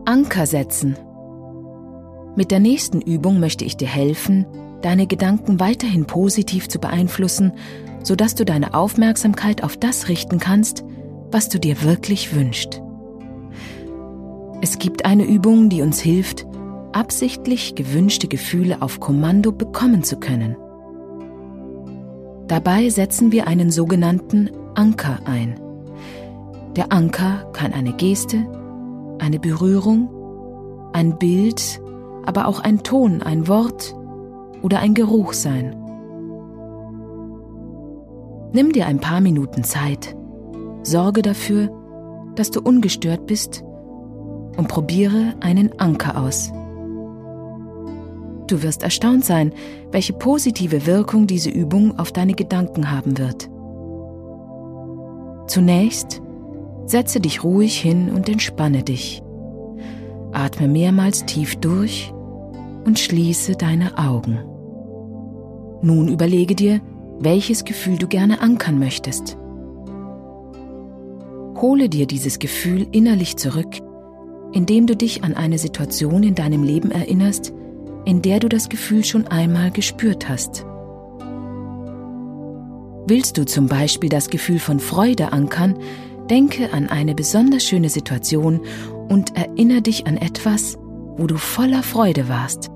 Anker setzen. Mit der nächsten Übung möchte ich dir helfen, deine Gedanken weiterhin positiv zu beeinflussen, sodass du deine Aufmerksamkeit auf das richten kannst, was du dir wirklich wünschst. Es gibt eine Übung, die uns hilft, absichtlich gewünschte Gefühle auf Kommando bekommen zu können. Dabei setzen wir einen sogenannten Anker ein. Der Anker kann eine Geste, eine Berührung, ein Bild, aber auch ein Ton, ein Wort oder ein Geruch sein. Nimm dir ein paar Minuten Zeit, sorge dafür, dass du ungestört bist und probiere einen Anker aus. Du wirst erstaunt sein, welche positive Wirkung diese Übung auf deine Gedanken haben wird. Zunächst setze dich ruhig hin und entspanne dich. Atme mehrmals tief durch und schließe deine Augen. Nun überlege dir, welches Gefühl du gerne ankern möchtest. Hole dir dieses Gefühl innerlich zurück, indem du dich an eine Situation in deinem Leben erinnerst, in der du das Gefühl schon einmal gespürt hast. Willst du zum Beispiel das Gefühl von Freude ankern, denke an eine besonders schöne Situation und erinnere dich an etwas, wo du voller Freude warst.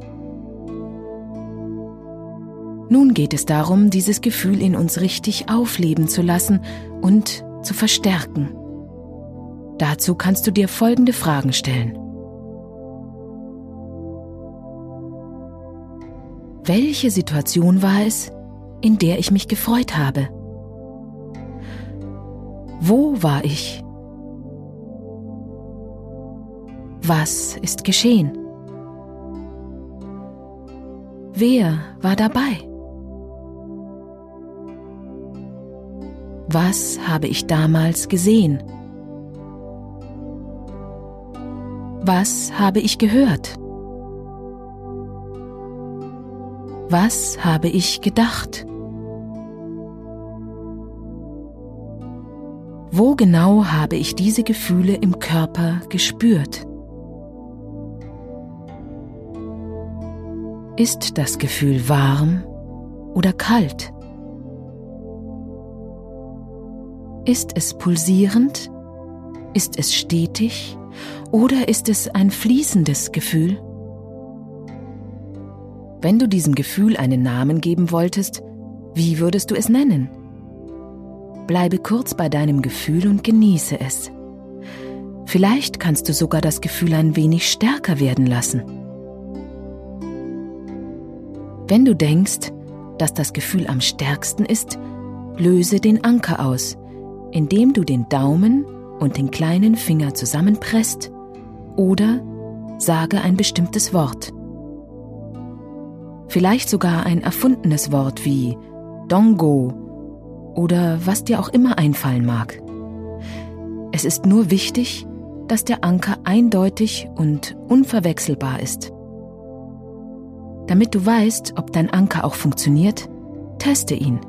Nun geht es darum, dieses Gefühl in uns richtig aufleben zu lassen und zu verstärken. Dazu kannst du dir folgende Fragen stellen. Welche Situation war es, in der ich mich gefreut habe? Wo war ich? Was ist geschehen? Wer war dabei? Was habe ich damals gesehen? Was habe ich gehört? Was habe ich gedacht? Wo genau habe ich diese Gefühle im Körper gespürt? Ist das Gefühl warm oder kalt? Ist es pulsierend? Ist es stetig? Oder ist es ein fließendes Gefühl? Wenn du diesem Gefühl einen Namen geben wolltest, wie würdest du es nennen? Bleibe kurz bei deinem Gefühl und genieße es. Vielleicht kannst du sogar das Gefühl ein wenig stärker werden lassen. Wenn du denkst, dass das Gefühl am stärksten ist, löse den Anker aus, indem du den Daumen und den kleinen Finger zusammenpresst oder sage ein bestimmtes Wort. Vielleicht sogar ein erfundenes Wort wie Dongo oder was dir auch immer einfallen mag. Es ist nur wichtig, dass der Anker eindeutig und unverwechselbar ist. Damit du weißt, ob dein Anker auch funktioniert, teste ihn.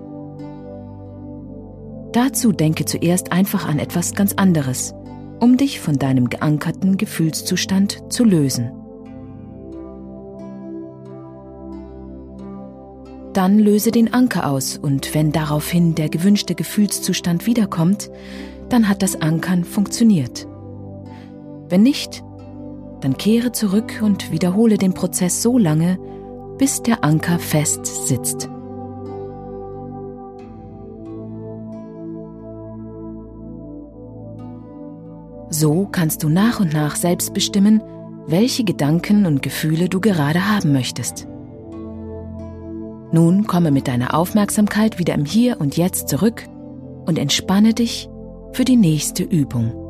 Dazu denke zuerst einfach an etwas ganz anderes, um dich von deinem geankerten Gefühlszustand zu lösen. Dann löse den Anker aus und wenn daraufhin der gewünschte Gefühlszustand wiederkommt, dann hat das Ankern funktioniert. Wenn nicht, dann kehre zurück und wiederhole den Prozess so lange, bis der Anker fest sitzt. So kannst du nach und nach selbst bestimmen, welche Gedanken und Gefühle du gerade haben möchtest. Nun komme mit deiner Aufmerksamkeit wieder im Hier und Jetzt zurück und entspanne dich für die nächste Übung.